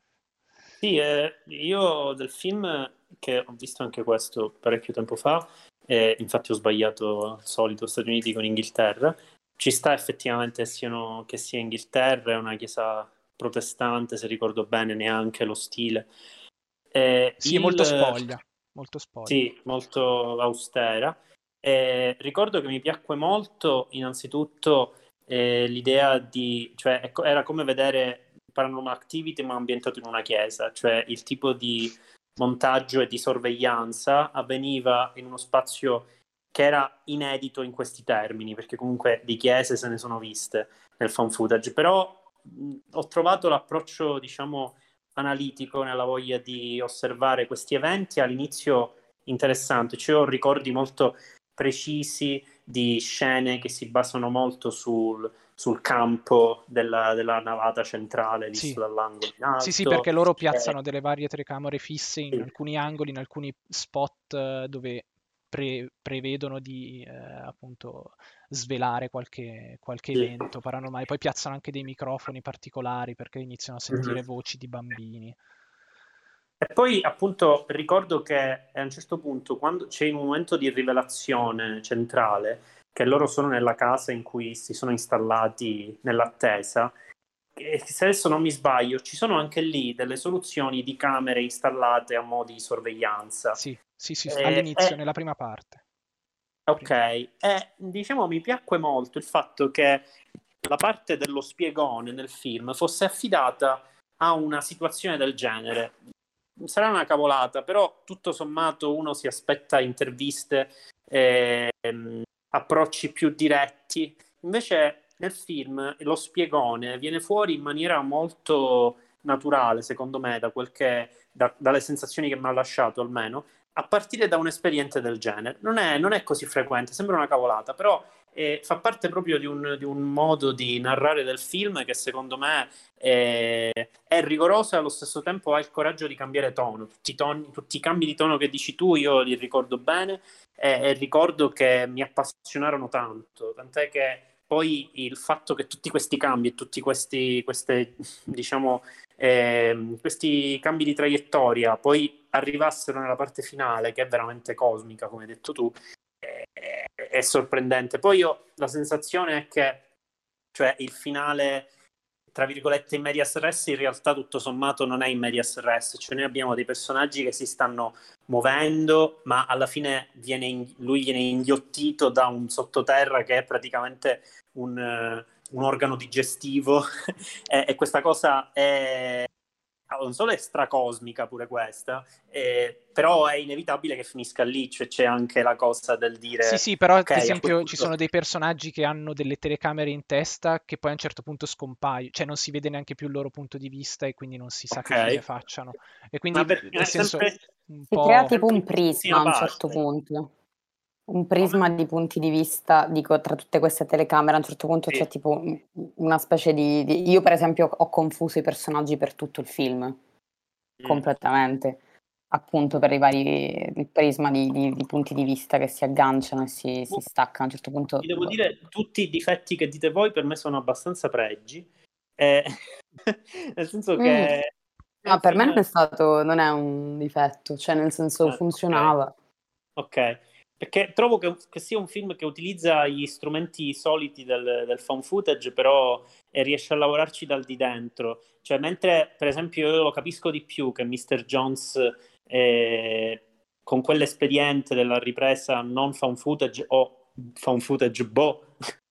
Sì, eh, io del film, che ho visto anche questo parecchio tempo fa, e infatti ho sbagliato al solito Stati Uniti con Inghilterra, ci sta effettivamente che, siano, che sia Inghilterra, è una chiesa protestante, se ricordo bene, neanche lo stile. Eh, Sì, è molto il, spoglia, molto spoglia. sì, molto austera. Eh, ricordo che mi piacque molto, innanzitutto, eh, l'idea di, cioè, ecco, era come vedere Paranormal Activity ma ambientato in una chiesa, cioè il tipo di montaggio e di sorveglianza avveniva in uno spazio che era inedito in questi termini, perché comunque di chiese se ne sono viste nel found footage, però mh, ho trovato l'approccio, diciamo, analitico nella voglia di osservare questi eventi all'inizio interessante, cioè ho ricordi molto precisi di scene che si basano molto sul, sul campo della, della navata centrale Sì. visto dall'angolo in Sì, sì, alto. perché loro Eh, piazzano delle varie telecamere fisse in sì, alcuni angoli, in alcuni spot eh, dove pre- prevedono di eh, appunto svelare qualche, qualche sì. evento paranormale. Poi piazzano anche dei microfoni particolari perché iniziano a sentire Mhm. voci di bambini. E poi appunto ricordo che a un certo punto, quando c'è un momento di rivelazione centrale, che loro sono nella casa in cui si sono installati nell'attesa, e se adesso non mi sbaglio, ci sono anche lì delle soluzioni di camere installate a mo' di sorveglianza. Sì, sì, sì, E, all'inizio, e- nella prima parte. ok, Prima. e diciamo mi piacque molto il fatto che la parte dello spiegone nel film fosse affidata a una situazione del genere. Sarà una cavolata, però tutto sommato uno si aspetta interviste, ehm, approcci più diretti. Invece nel film lo spiegone viene fuori in maniera molto naturale, secondo me, da quel che, da- dalle sensazioni che mi ha lasciato almeno, a partire da un esperienze del genere. Non è, non è così frequente, sembra una cavolata, però eh, fa parte proprio di un, di un modo di narrare del film che secondo me è, è rigoroso e allo stesso tempo ha il coraggio di cambiare tono. Tutti i, toni, tutti i cambi di tono che dici tu io li ricordo bene e, e ricordo che mi appassionarono tanto, tant'è che poi il fatto che tutti questi cambi e tutti questi, queste, diciamo, eh, questi cambi di traiettoria poi arrivassero nella parte finale, che è veramente cosmica, come hai detto tu, è, è sorprendente. Poi io la sensazione è che, cioè, il finale, tra virgolette, in medias res, in realtà tutto sommato non è in medias res, cioè noi abbiamo dei personaggi che si stanno muovendo, ma alla fine viene in, lui viene inghiottito da un sottoterra che è praticamente un, uh, un organo digestivo e, e questa cosa è non solo è stracosmica pure questa, eh, però è inevitabile che finisca lì, cioè c'è anche la cosa del dire sì sì, però ok, ad a esempio quel ci punto... sono dei personaggi che hanno delle telecamere in testa che poi a un certo punto scompaiono, cioè non si vede neanche più il loro punto di vista e quindi non si sa che fine ok, facciano. E ma quindi, perché nel è senso, sempre, un Si crea po'... tipo sempre un in prisma quest'ultima a un certo parte. punto, un Come? prisma di punti di vista, dico, tra tutte queste telecamere, a un certo punto Sì. c'è tipo un- una specie di, di- Io per esempio ho confuso i personaggi per tutto il film, Mm. completamente, appunto per i vari, il prisma di, di- di punti di vista che si agganciano e si, si staccano, a un certo punto... Ti devo boh. dire, tutti i difetti che dite voi per me sono abbastanza pregi, eh, nel senso Mm. che è No, un per me film... non è stato, non è un difetto, cioè nel senso Ah, ok. funzionava. Ok, perché trovo che, che sia un film che utilizza gli strumenti soliti del, del found footage, però e riesce a lavorarci dal di dentro. Cioè, mentre per esempio io lo capisco di più che mister Jones eh, con quell'espediente della ripresa non found footage o found footage boh,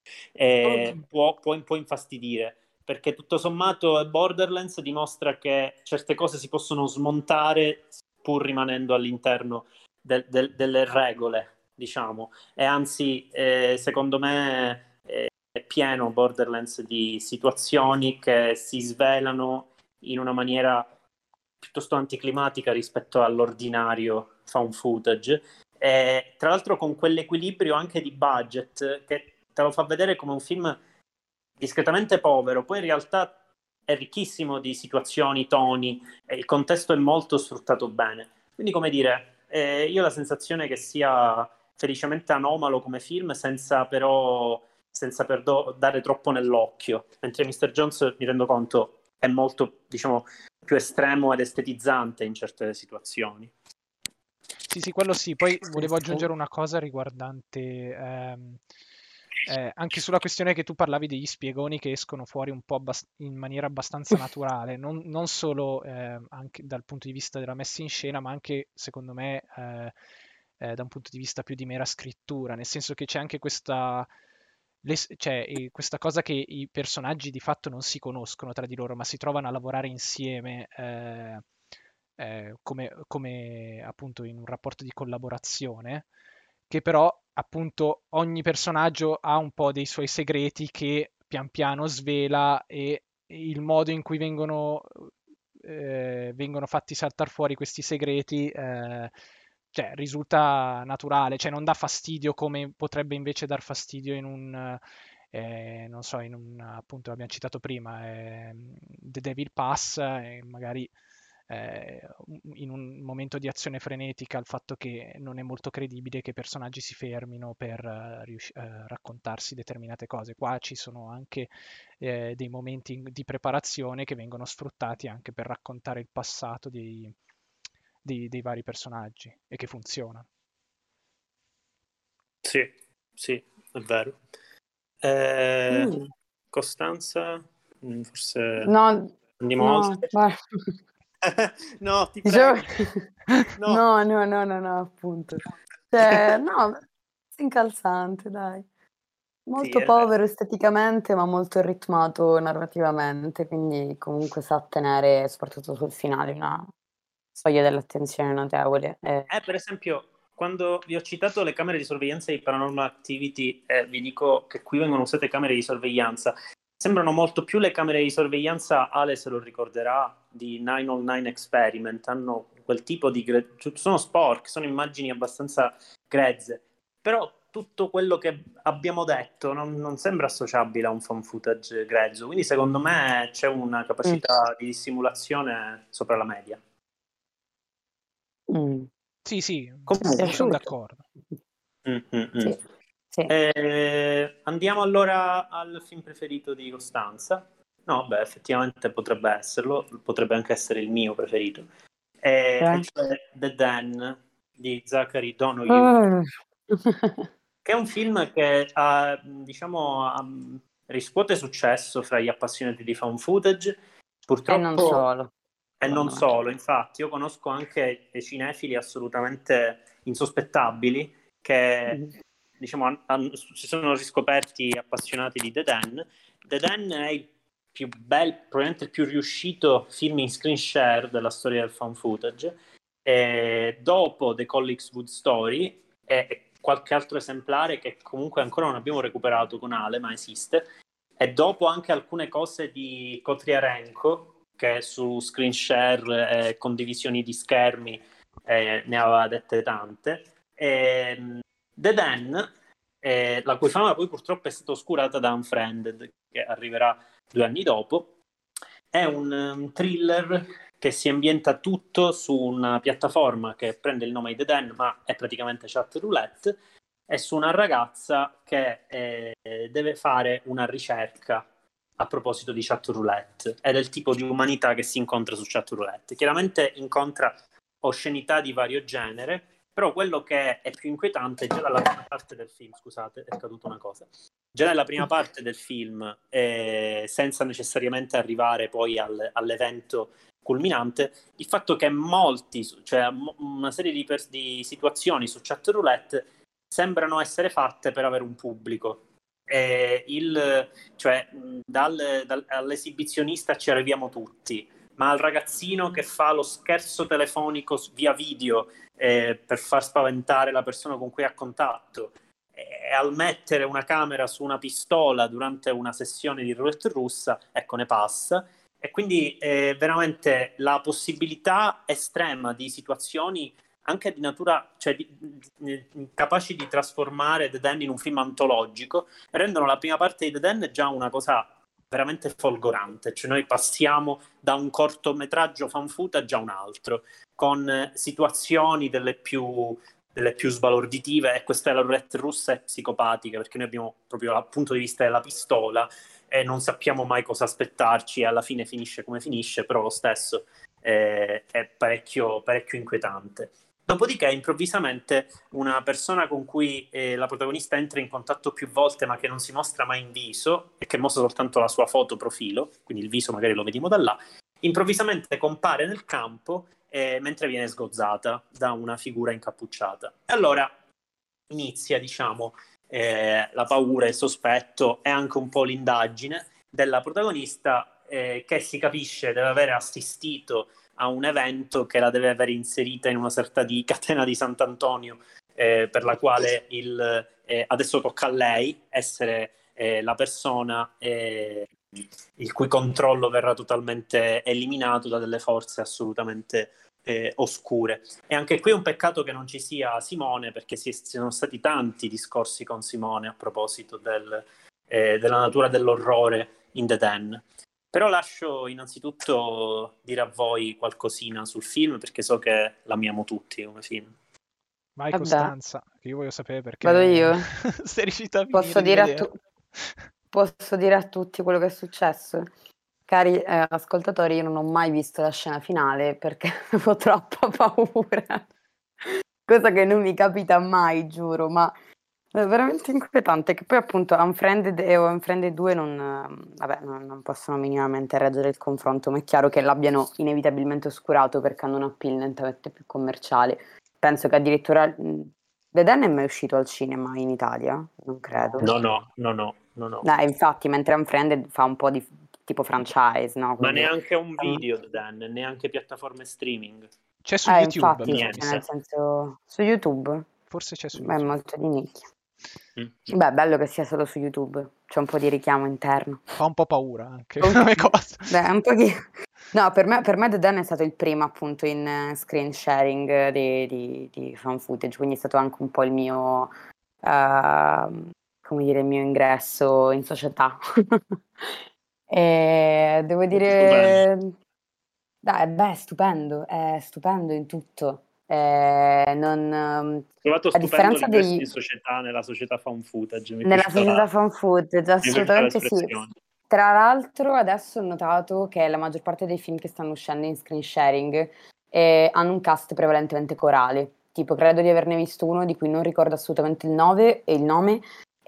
eh, può, può, può infastidire. Perché tutto sommato Borderlands dimostra che certe cose si possono smontare pur rimanendo all'interno del, del, delle regole, diciamo, e anzi, eh, secondo me eh, è pieno Borderlands di situazioni che si svelano in una maniera piuttosto anticlimatica rispetto all'ordinario found footage, e tra l'altro con quell'equilibrio anche di budget che te lo fa vedere come un film discretamente povero, poi in realtà è ricchissimo di situazioni, toni, e il contesto è molto sfruttato bene. Quindi, come dire, eh, io ho la sensazione che sia felicemente anomalo come film, senza però senza perdo- dare troppo nell'occhio, mentre mister Jones, mi rendo conto, è molto, diciamo, più estremo ed estetizzante in certe situazioni. Sì, sì, quello sì. Poi volevo aggiungere una cosa riguardante ehm, eh, anche sulla questione che tu parlavi degli spiegoni che escono fuori un po' abbast- in maniera abbastanza naturale, non, non solo eh, anche dal punto di vista della messa in scena, ma anche, secondo me, eh, eh, da un punto di vista più di mera scrittura, nel senso che c'è anche questa, le- cioè, eh, questa cosa che i personaggi di fatto non si conoscono tra di loro, ma si trovano a lavorare insieme. eh, eh, come, come appunto in un rapporto di collaborazione, che però appunto ogni personaggio ha un po' dei suoi segreti che pian piano svela e il modo in cui vengono, eh, vengono fatti saltare fuori questi segreti eh, cioè, risulta naturale, cioè non dà fastidio come potrebbe invece dar fastidio in un, eh, non so, in un, appunto l'abbiamo citato prima, eh, The Devil Pass, e magari eh, in un momento di azione frenetica il fatto che non è molto credibile che i personaggi si fermino per eh, riusci- eh, raccontarsi determinate cose. Qua ci sono anche eh, dei momenti in- di preparazione che vengono sfruttati anche per raccontare il passato dei, dei- dei vari personaggi e che funzionano. Sì, sì, è vero. Eh, Mm. Costanza, mm, forse No, andiamo no, oltre. guarda. No, ti Dicevo... prego. No. No, no, no, no, no, appunto. Cioè, no, incalzante, dai. Sì, Molto è vero. povero esteticamente, ma molto ritmato narrativamente, quindi comunque sa tenere, soprattutto sul finale, una soglia dell'attenzione notevole. Eh, Eh, per esempio, quando vi ho citato le camere di sorveglianza di Paranormal Activity, eh, vi dico che qui vengono usate camere di sorveglianza. Sembrano molto più le camere di sorveglianza, Ale se lo ricorderà, di nove oh nove Experiment. Hanno quel tipo di... gre- sono sporche, sono immagini abbastanza grezze. Però tutto quello che abbiamo detto non, non sembra associabile a un fan footage grezzo, quindi secondo me c'è una capacità mm. di dissimulazione sopra la media. Mm. Sì, sì, comunque sono d'accordo. Mm, mm, mm. Sì, sì. Eh, andiamo allora al film preferito di Costanza. No, beh, effettivamente potrebbe esserlo, potrebbe anche essere il mio preferito. Eh, Eh? E cioè The Den di Zachary Donoghue, Oh. che è un film che ha, diciamo, ha, riscuote successo fra gli appassionati di found footage, purtroppo. E non solo. E non solo, infatti, io conosco anche cinefili assolutamente insospettabili che, mm. diciamo, han, han, si sono riscoperti appassionati di The Den. The Den è il più bel, probabilmente il più riuscito film in screen share della storia del found footage. E dopo The Collingswood Story e qualche altro esemplare che comunque ancora non abbiamo recuperato con Ale, ma esiste, e dopo anche alcune cose di Kotriarenko, che su screen share e condivisioni di schermi eh, ne aveva dette tante. E, The Den, eh, la cui fama poi purtroppo è stata oscurata da Unfriended, che arriverà due anni dopo, è un, un thriller che si ambienta tutto su una piattaforma che prende il nome di The Den, ma è praticamente chat roulette, è su una ragazza che eh, deve fare una ricerca a proposito di chat roulette e del tipo di umanità che si incontra su chat roulette. Chiaramente incontra oscenità di vario genere, però quello che è più inquietante già dalla prima parte del film, scusate, è caduta una cosa, già nella prima parte del film, eh, senza necessariamente arrivare poi al, all'evento culminante, il fatto che molti, cioè una serie di, pers- di situazioni su chat roulette sembrano essere fatte per avere un pubblico. Eh, il, cioè dal, dal, all'esibizionista ci arriviamo tutti, ma al ragazzino che fa lo scherzo telefonico via video eh, per far spaventare la persona con cui ha contatto, e al mettere una camera su una pistola durante una sessione di roulette russa, ecco, ne passa. E quindi eh, veramente la possibilità estrema di situazioni anche di natura, cioè di, di, di, capaci di trasformare The Den in un film antologico, rendono la prima parte di The Den già una cosa veramente folgorante. Cioè noi passiamo da un cortometraggio fan footage a un altro, con eh, situazioni delle più, delle più sbalorditive, e questa è la roulette russa è psicopatica, perché noi abbiamo proprio dal punto di vista della pistola e non sappiamo mai cosa aspettarci, e alla fine finisce come finisce, però lo stesso eh, è parecchio, parecchio inquietante. Dopodiché improvvisamente una persona con cui eh, la protagonista entra in contatto più volte ma che non si mostra mai in viso e che mostra soltanto la sua foto profilo, quindi il viso magari lo vediamo da là, improvvisamente compare nel campo eh, mentre viene sgozzata da una figura incappucciata. E allora inizia, diciamo, eh, la paura, il sospetto e anche un po' l'indagine della protagonista eh, che si capisce deve avere assistito a un evento che la deve avere inserita in una sorta di catena di Sant'Antonio eh, per la quale il, eh, adesso tocca a lei essere eh, la persona eh, il cui controllo verrà totalmente eliminato da delle forze assolutamente eh, oscure. E anche qui è un peccato che non ci sia Simone, perché si, ci sono stati tanti discorsi con Simone a proposito del, eh, della natura dell'orrore in The Den. Però lascio innanzitutto dire a voi qualcosina sul film, perché so che l'amiamo tutti come film. Vai Costanza, che io voglio sapere perché vado io. sei riuscita a Posso finire dire, di a tu- posso dire a tutti quello che è successo? Cari eh, ascoltatori, io non ho mai visto la scena finale perché avevo troppa paura. Cosa che non mi capita mai, giuro, ma è veramente inquietante, che poi appunto Unfriended e Unfriended due non, vabbè, non, non possono minimamente reggere il confronto, ma è chiaro che l'abbiano inevitabilmente oscurato perché hanno un appeal nettamente più commerciale. Penso che addirittura The Den è mai uscito al cinema in Italia? Non credo. No, no, no, no, no, no. Eh, infatti, mentre Unfriended fa un po' di tipo franchise, no? Ma Quindi, neanche un video The Den, neanche piattaforme streaming. C'è su eh, YouTube. infatti, cioè, nel senso, su YouTube? Forse c'è su YouTube. È molto di nicchia. Mm. Beh, bello che sia solo su YouTube, c'è un po' di richiamo interno. Fa un po' paura anche Un come po', cosa. beh, un po' di... No, per me, per me The Den è stato il primo appunto in screen sharing di, di, di fan footage, quindi è stato anche un po' il mio, uh, come dire, il mio ingresso in società. E devo dire, dai, beh, è stupendo, è stupendo in tutto. Eh, non, Ho trovato a stupendo differenza l'ingresso dei... in società, nella società found footage. Mi è Nella piaciuta società la, fan footage, mi è piaciuta assolutamente sì. l'espressione. Tra l'altro adesso ho notato che la maggior parte dei film che stanno uscendo in screen sharing eh, hanno un cast prevalentemente corale. Tipo, credo di averne visto uno di cui non ricordo assolutamente il nome, e il nome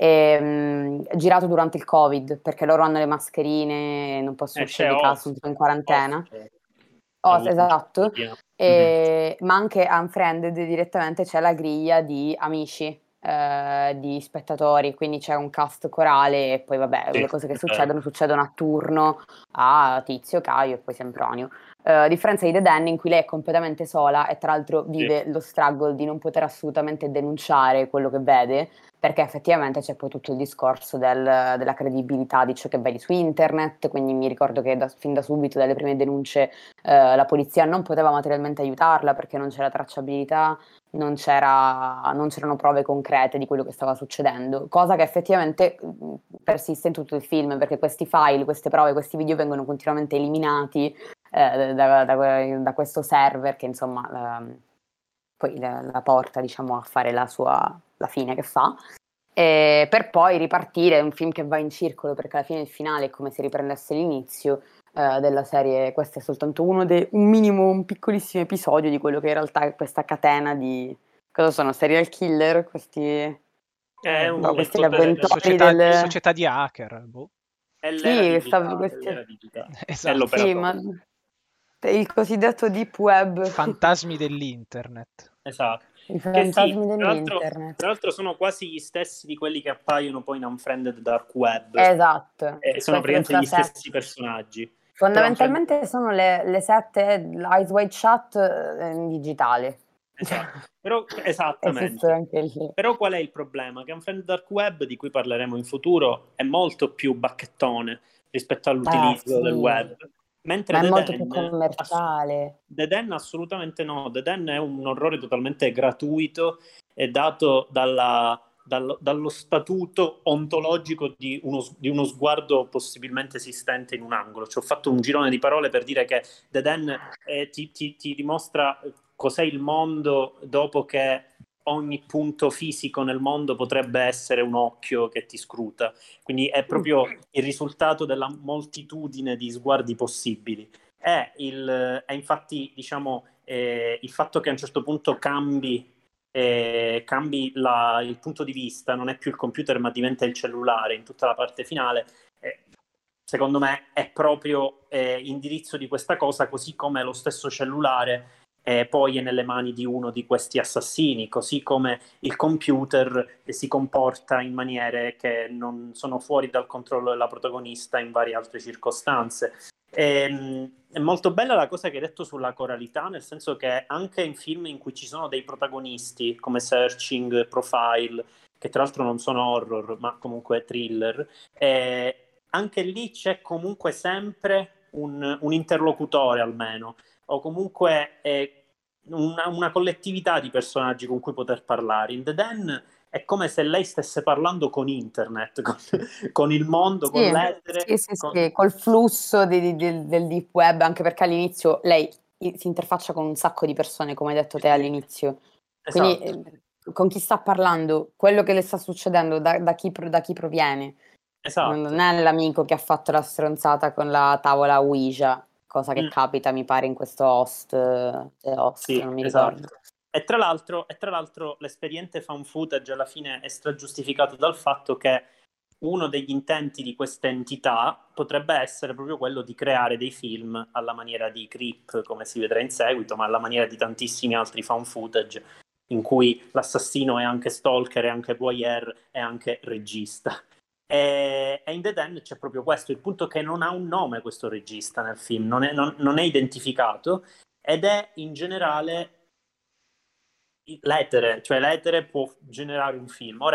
ehm, girato durante il Covid, perché loro hanno le mascherine e non possono Eh, uscire c'è di casa, sono Oz, tipo in quarantena. Oz, cioè, ha Oh, avuto un esatto. cittadino. Mhm. E- ma anche a Unfriended direttamente c'è la griglia di amici, eh, di spettatori, quindi c'è un cast corale e poi vabbè, Sì, le cose che è vero. succedono succedono a turno a Tizio, Caio e poi Sempronio. Eh, a differenza di The Den in cui lei è completamente sola e tra l'altro vive lo struggle di non poter assolutamente denunciare quello che vede, perché effettivamente c'è poi tutto il discorso del- della credibilità di ciò che vedi su internet, quindi mi ricordo che da- fin da subito, dalle prime denunce, eh, la polizia non poteva materialmente aiutarla perché non c'era tracciabilità, non c'era, non c'erano prove concrete di quello che stava succedendo, cosa che effettivamente mh, persiste in tutto il film, perché questi file, queste prove, questi video vengono continuamente eliminati eh, da, da- da questo server che insomma ehm, poi la, la porta diciamo a fare la sua la fine che fa. E per poi ripartire, è un film che va in circolo perché alla fine il finale è come se riprendesse l'inizio eh, della serie. Questo è soltanto uno dei, un minimo, un piccolissimo episodio di quello che in realtà è questa catena di, cosa sono, serial killer, questi, È un no, questi potere della avventori Società, del... società di hacker, boh. È Sì, l'era questa, digitale, è questi... l'era digitale. È Esatto. Sì, ma l'operatore. il cosiddetto deep web, Fantasmi dell'internet. Esatto. i Che sì, fantasmi tra l'altro, dell'internet. tra l'altro sono quasi gli stessi di quelli che appaiono poi in Unfriended Dark Web. Esatto, Eh, sono questa praticamente questa gli set- stessi personaggi. Però Unfriended... fondamentalmente sono le, le sette Eyes Wide Shut eh, in digitale. Esatto. Però, Esiste esattamente. anche lì. Però qual è il problema? Che Unfriended Dark Web, di cui parleremo in futuro, è molto più bacchettone rispetto Ah, all'utilizzo del sì, web. Mentre ma è The molto più Den, ass- commerciale. The Den assolutamente no. The Den è un orrore totalmente gratuito e dato dalla- dallo, dallo statuto ontologico di uno, di uno sguardo possibilmente esistente in un angolo. Ci ho fatto un girone di parole per dire che The Den eh, ti, ti- ti dimostra cos'è il mondo dopo che ogni punto fisico nel mondo potrebbe essere un occhio che ti scruta. Quindi è proprio il risultato della moltitudine di sguardi possibili. È, il, è infatti, diciamo, eh, il fatto che a un certo punto cambi, eh, cambi la- il punto di vista, non è più il computer ma diventa il cellulare in tutta la parte finale, eh, secondo me è proprio eh, indirizzo di questa cosa, così come lo stesso cellulare eh, poi è nelle mani di uno di questi assassini, così come il computer si comporta in maniere che non sono fuori dal controllo della protagonista in varie altre circostanze. E, è molto bella la cosa che hai detto sulla coralità, nel senso che anche in film in cui ci sono dei protagonisti come Searching, Profile, che tra l'altro non sono horror ma comunque thriller, eh, anche lì c'è comunque sempre un, un interlocutore almeno, o comunque eh, una, una collettività di personaggi con cui poter parlare. In The Den è come se lei stesse parlando con internet, con, con il mondo, con Sì, l'etere. sì, sì, Con... sì, col flusso di- di- del, del deep web, anche perché all'inizio lei i- si interfaccia con un sacco di persone, come hai detto te all'inizio. Quindi Esatto, eh, con chi sta parlando, quello che le sta succedendo, da, da chi, pro- da chi proviene. Non non esatto. è l'amico che ha fatto la stronzata con la tavola Ouija, cosa che Mm. capita, mi pare, in questo host, eh, host, Sì, non mi ricordo. esatto. E tra l'altro, e tra l'altro l'esperiente fan footage alla fine è stragiustificato dal fatto che uno degli intenti di questa entità potrebbe essere proprio quello di creare dei film alla maniera di Creep, come si vedrà in seguito, ma alla maniera di tantissimi altri fan footage, in cui l'assassino è anche stalker, è anche voyeur, è anche regista. E, e in The Den c'è proprio questo, il punto che non ha un nome questo regista nel film, non è, non, non è identificato, ed è in generale l'etere, cioè l'etere può generare un film. Ora,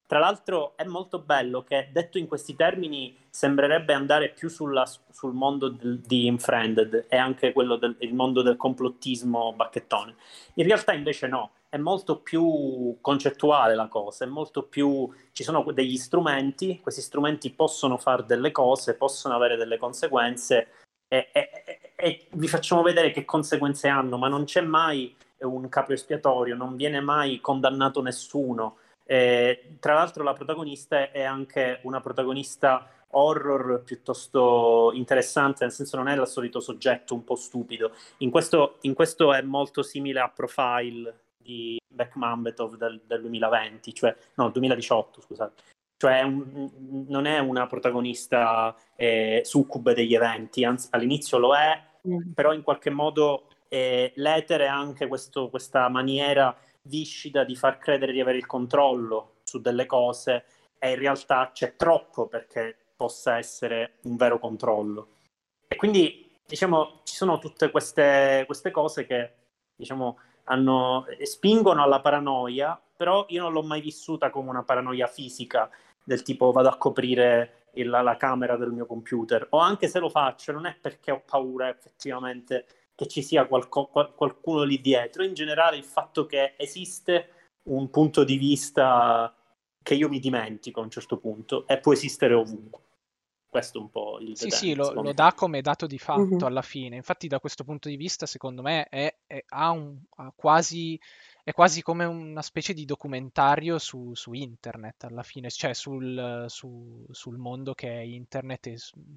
Tra l'altro è molto bello che, detto in questi termini, sembrerebbe andare più sulla, sul mondo del, di Unfriended e anche quello del il mondo del complottismo bacchettone. In realtà invece no, è molto più concettuale la cosa, è molto più... ci sono degli strumenti, questi strumenti possono fare delle cose, possono avere delle conseguenze e, e, e, e vi facciamo vedere che conseguenze hanno, ma non c'è mai un capo espiatorio, non viene mai condannato nessuno. Eh, tra l'altro la protagonista è anche una protagonista horror piuttosto interessante, nel senso non è il solito soggetto un po' stupido. In questo, in questo è molto simile a Profile di Bekmambetov del, del duemilaventi, cioè no, duemiladiciotto, scusate. Cioè è un, non è una protagonista eh, succube degli eventi, anzi all'inizio lo è, Mm. però in qualche modo eh, l'etere ha anche questo, questa maniera viscida di far credere di avere il controllo su delle cose e in realtà c'è troppo perché possa essere un vero controllo. E quindi, diciamo, ci sono tutte queste, queste cose che, diciamo, hanno, spingono alla paranoia, però io non l'ho mai vissuta come una paranoia fisica, del tipo vado a coprire il, la camera del mio computer, o anche se lo faccio, non è perché ho paura effettivamente che ci sia qualco, qual, qualcuno lì dietro, in generale il fatto che esiste un punto di vista che io mi dimentico a un certo punto e può esistere ovunque. Questo è un po' il Sì, The sì, Den, lo, lo secondo dà me. come dato di fatto Mhm. alla fine. Infatti, da questo punto di vista, secondo me, è, è- ha un, ha quasi, è quasi come una specie di documentario su, su internet alla fine, cioè sul, su- sul mondo che è internet. E su-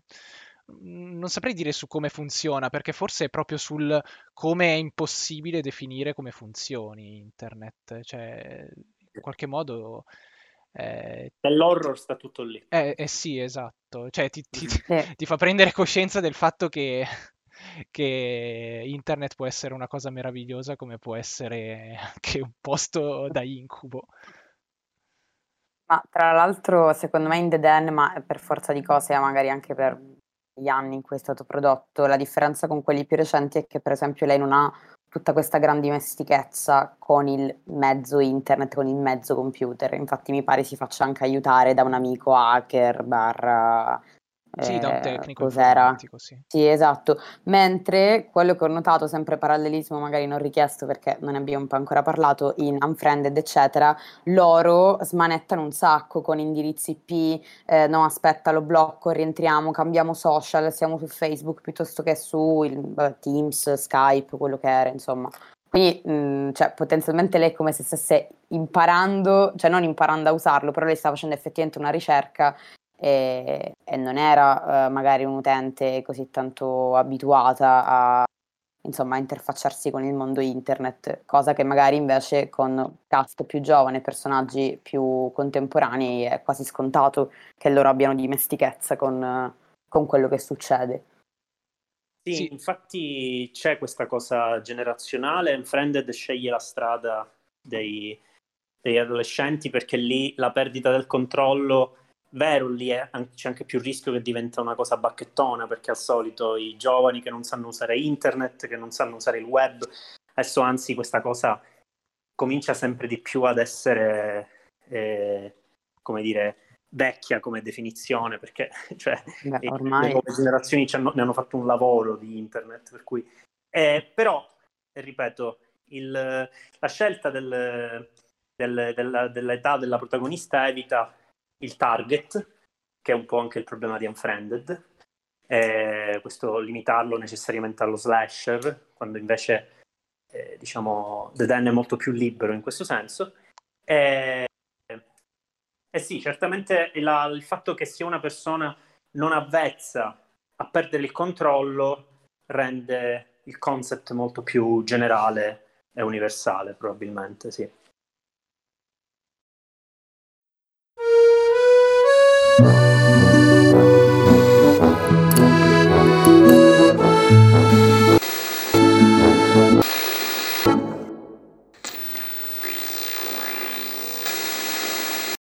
non saprei dire su come funziona, perché forse è proprio sul come è impossibile definire come funzioni internet. Cioè, in qualche modo. eh, ti- Nell'horror sta tutto lì. eh, eh sì, esatto. Cioè, ti, ti- Mhm. Sì. ti fa prendere coscienza del fatto che, che internet può essere una cosa meravigliosa come può essere anche un posto da incubo. Ma tra l'altro, secondo me in The Den, ma per forza di cose, magari anche per gli anni in cui è stato prodotto, la differenza con quelli più recenti è che, per esempio, lei non ha tutta questa gran dimestichezza con il mezzo internet, con il mezzo computer. Infatti, mi pare si faccia anche aiutare da un amico hacker, barra, Sì, da un eh, tecnico cos'era? informatico, sì. Sì, esatto. Mentre quello che ho notato, sempre parallelismo magari non richiesto perché non ne abbiamo un po' ancora parlato, in Unfriended, eccetera, loro smanettano un sacco con indirizzi I P, eh, no aspetta lo blocco, rientriamo, cambiamo social, siamo su Facebook piuttosto che su il, vabbè, Teams, Skype, quello che era, insomma. Quindi mh, cioè, potenzialmente lei è come se stesse imparando, cioè non imparando a usarlo, però lei sta facendo effettivamente una ricerca e, e non era eh, magari un utente così tanto abituata a, insomma, a interfacciarsi con il mondo internet, cosa che magari invece con cast più giovane, personaggi più contemporanei è quasi scontato che loro abbiano dimestichezza con, eh, con quello che succede. Sì, Sì, infatti c'è questa cosa generazionale. Unfriended sceglie la strada dei, degli adolescenti perché lì la perdita del controllo, vero, lì è, an- c'è anche più rischio che diventa una cosa bacchettona perché al solito i giovani che non sanno usare internet, che non sanno usare il web, adesso anzi questa cosa comincia sempre di più ad essere, eh, come dire, vecchia come definizione, perché cioè, Beh, e le ormai nuove generazioni ci hanno- ne hanno fatto un lavoro di internet, per cui... eh, però, ripeto, il, la scelta del, del, della, dell'età della protagonista evita il target, che è un po' anche il problema di Unfriended, eh, questo limitarlo necessariamente allo slasher, quando invece eh, diciamo The Den è molto più libero in questo senso. E, eh sì, certamente la, il fatto che sia una persona non avvezza a perdere il controllo rende il concept molto più generale e universale, probabilmente, sì.